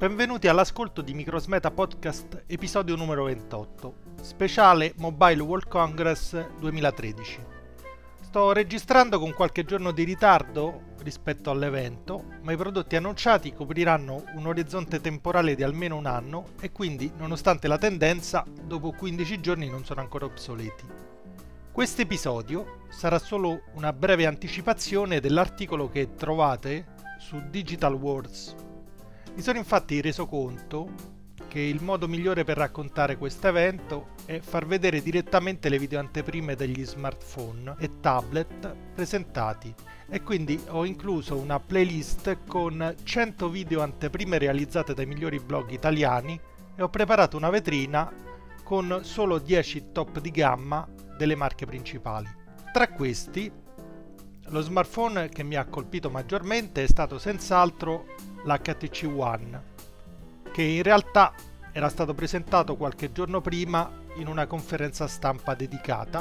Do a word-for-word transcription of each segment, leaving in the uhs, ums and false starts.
Benvenuti all'ascolto di Microsmeta Podcast episodio numero ventotto, speciale Mobile World Congress duemilatredici. Sto registrando con qualche giorno di ritardo rispetto all'evento, ma i prodotti annunciati copriranno un orizzonte temporale di almeno un anno e quindi, nonostante la tendenza, dopo quindici giorni non sono ancora obsoleti. Questo episodio sarà solo una breve anticipazione dell'articolo che trovate su Digital Wars. Mi sono infatti reso conto che il modo migliore per raccontare questo evento è far vedere direttamente le video anteprime degli smartphone e tablet presentati, e quindi ho incluso una playlist con cento video anteprime realizzate dai migliori blog italiani e ho preparato una vetrina con solo dieci top di gamma delle marche principali. Tra questi, lo smartphone che mi ha colpito maggiormente è stato senz'altro l'H T C One, che in realtà era stato presentato qualche giorno prima in una conferenza stampa dedicata,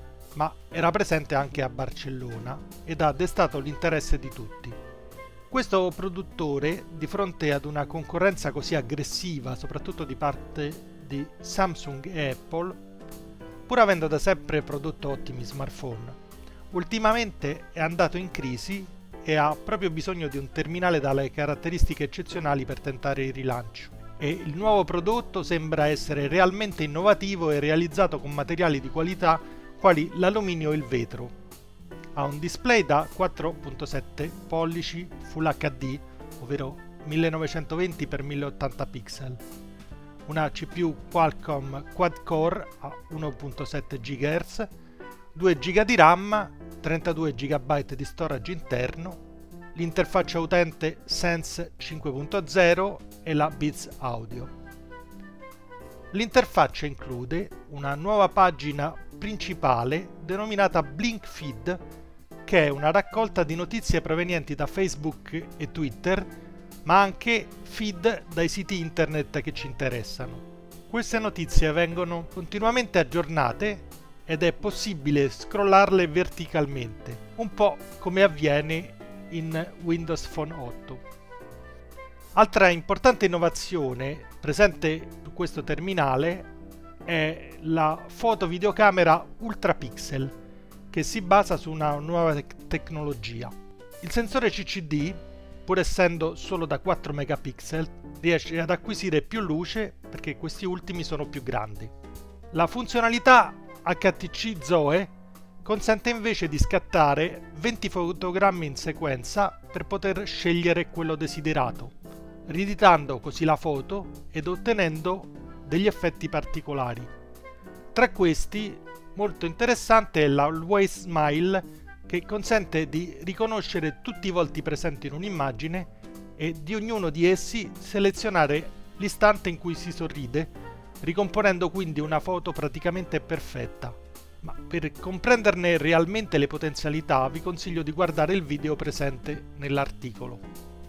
ma era presente anche a Barcellona ed ha destato l'interesse di tutti. Questo produttore, di fronte ad una concorrenza così aggressiva, soprattutto di parte di Samsung e Apple, pur avendo da sempre prodotto ottimi smartphone, ultimamente è andato in crisi e ha proprio bisogno di un terminale dalle caratteristiche eccezionali per tentare il rilancio. E il nuovo prodotto sembra essere realmente innovativo e realizzato con materiali di qualità quali l'alluminio e il vetro. Ha un display da quattro virgola sette pollici Full H D, ovvero millenovecentoventi per milleottanta pixel, una C P U Qualcomm quad-core a uno virgola sette gigahertz, due giga di RAM, trentadue giga di storage interno, l'interfaccia utente Sense cinque punto zero e la Beats Audio. L'interfaccia include una nuova pagina principale denominata Blink Feed, che è una raccolta di notizie provenienti da Facebook e Twitter, ma anche feed dai siti internet che ci interessano. Queste notizie vengono continuamente aggiornate ed è possibile scrollarle verticalmente, un po' come avviene in Windows Phone otto. Altra importante innovazione presente su questo terminale è la foto-videocamera Ultra Pixel, che si basa su una nuova tec- tecnologia. Il sensore C C D, pur essendo solo da quattro megapixel, riesce ad acquisire più luce perché questi ultimi sono più grandi. La funzionalità H T C Zoe consente invece di scattare venti fotogrammi in sequenza per poter scegliere quello desiderato, rieditando così la foto ed ottenendo degli effetti particolari. Tra questi, molto interessante è l'Always Smile, che consente di riconoscere tutti i volti presenti in un'immagine e di ognuno di essi selezionare l'istante in cui si sorride, ricomponendo quindi una foto praticamente perfetta. Ma per comprenderne realmente le potenzialità vi consiglio di guardare il video presente nell'articolo.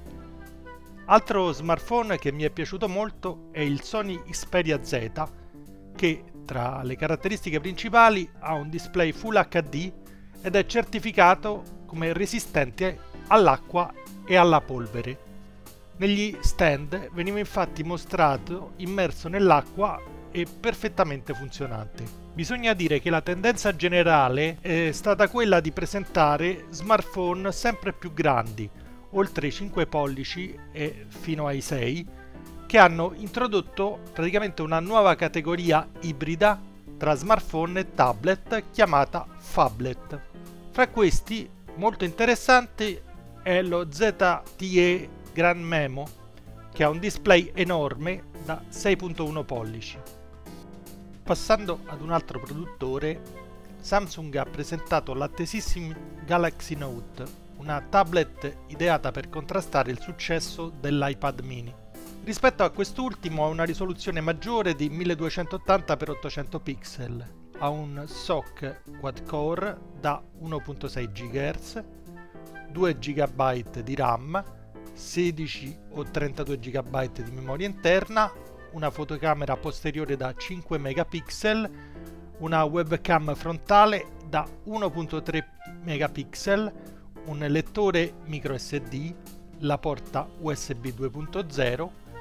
Altro smartphone che mi è piaciuto molto è il Sony Xperia Z, che tra le caratteristiche principali ha un display Full H D ed è certificato come resistente all'acqua e alla polvere. Negli stand veniva infatti mostrato immerso nell'acqua e perfettamente funzionante. Bisogna dire che la tendenza generale è stata quella di presentare smartphone sempre più grandi, oltre i cinque pollici e fino ai sei, che hanno introdotto praticamente una nuova categoria ibrida tra smartphone e tablet chiamata Phablet. Fra questi, molto interessante è lo Z T E Gran Memo, che ha un display enorme da sei virgola uno pollici. Passando ad un altro produttore, Samsung ha presentato l'attesissimo Galaxy Note, una tablet ideata per contrastare il successo dell'iPad mini. Rispetto a quest'ultimo ha una risoluzione maggiore di milleduecentottanta per ottocento pixel, ha un S O C quad-core da uno virgola sei gigahertz, due giga di RAM, sedici o trentadue giga di memoria interna, una fotocamera posteriore da cinque megapixel, una webcam frontale da uno virgola tre megapixel, un lettore micro S D, la porta U S B due punto zero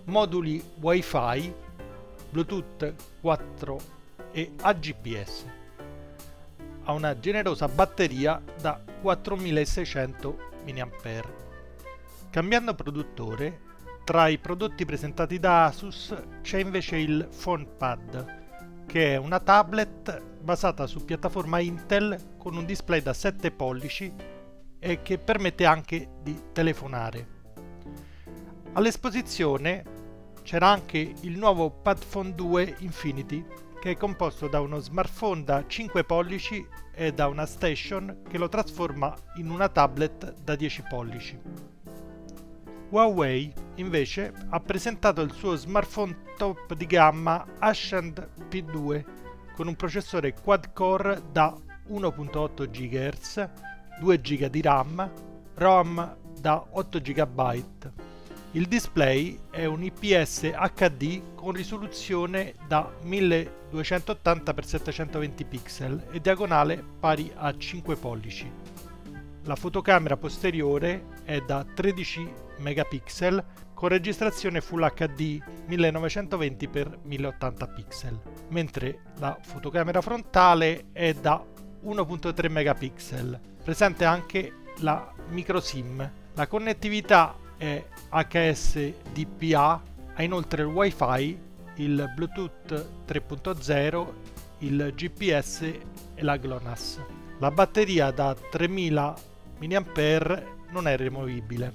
moduli Wi-Fi, Bluetooth quattro e A G P S. Ha una generosa batteria da quattromilaseicento milliampere. Cambiando produttore, tra i prodotti presentati da Asus c'è invece il PhonePad, che è una tablet basata su piattaforma Intel con un display da sette pollici e che permette anche di telefonare. All'esposizione c'era anche il nuovo PadPhone due Infinity, che è composto da uno smartphone da cinque pollici e da una station che lo trasforma in una tablet da dieci pollici. Huawei invece ha presentato il suo smartphone top di gamma Ascend P due con un processore quad-core da uno virgola otto gigahertz, due giga di RAM, ROM da otto giga. Il display è un I P S H D con risoluzione da milleduecentottanta per settecentoventi pixel e diagonale pari a cinque pollici. La fotocamera posteriore è da tredici megapixel con registrazione Full H D millenovecentoventi per mille ottanta pixel, mentre la fotocamera frontale è da uno virgola tre megapixel. Presente anche la micro SIM. La connettività è H S D P A, ha inoltre il Wi-Fi, il Bluetooth tre punto zero, il G P S e la GLONASS. La batteria da tremila milliampere non è removibile.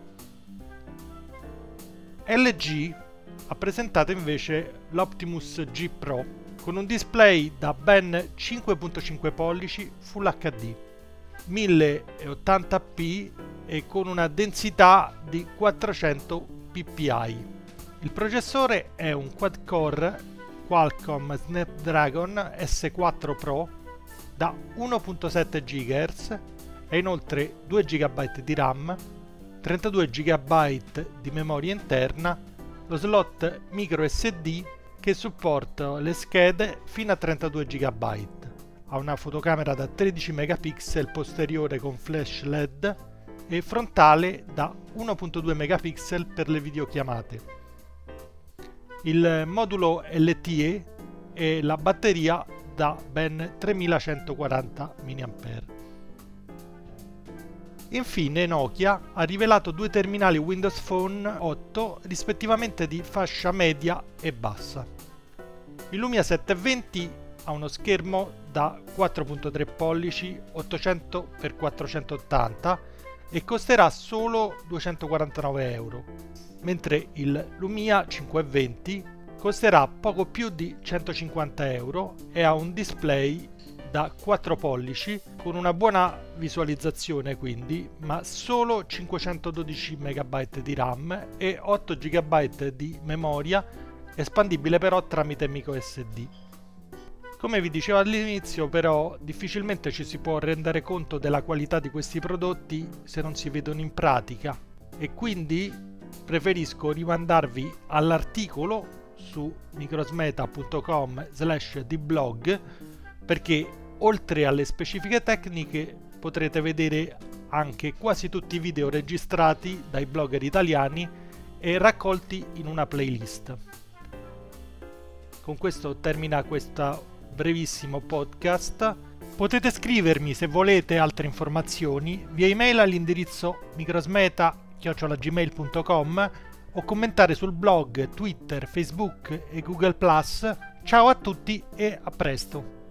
L G ha presentato invece l'Optimus G Pro con un display da ben cinque virgola cinque pollici Full H D, mille ottanta p e con una densità di quattrocento ppi. Il processore è un quad-core Qualcomm Snapdragon S quattro Pro da uno virgola sette gigahertz e inoltre due giga di RAM, trentadue giga di memoria interna, lo slot micro S D che supporta le schede fino a trentadue giga. Ha una fotocamera da tredici megapixel posteriore con flash L E D e frontale da uno virgola due megapixel per le videochiamate. Il modulo L T E e la batteria da ben tremilacentoquaranta milliampere. Infine Nokia ha rivelato due terminali Windows Phone otto rispettivamente di fascia media e bassa. Il Lumia settecentoventi ha uno schermo da quattro virgola tre pollici ottocento per quattrocentottanta e costerà solo duecentoquarantanove euro, mentre il Lumia cinquecentoventi costerà poco più di centocinquanta euro e ha un display da quattro pollici con una buona visualizzazione quindi, ma solo cinquecentododici megabyte di RAM e otto giga di memoria, espandibile però tramite micro S D. Come vi dicevo all'inizio, però difficilmente ci si può rendere conto della qualità di questi prodotti se non si vedono in pratica, e quindi preferisco rimandarvi all'articolo su microsmeta punto com slash di blog, perché oltre alle specifiche tecniche potrete vedere anche quasi tutti i video registrati dai blogger italiani e raccolti in una playlist. Con questo termina questo brevissimo podcast. Potete scrivermi se volete altre informazioni via email all'indirizzo microsmeta chiocciola gmail punto com o commentare sul blog, Twitter, Facebook e Google plus. Ciao a tutti e a presto!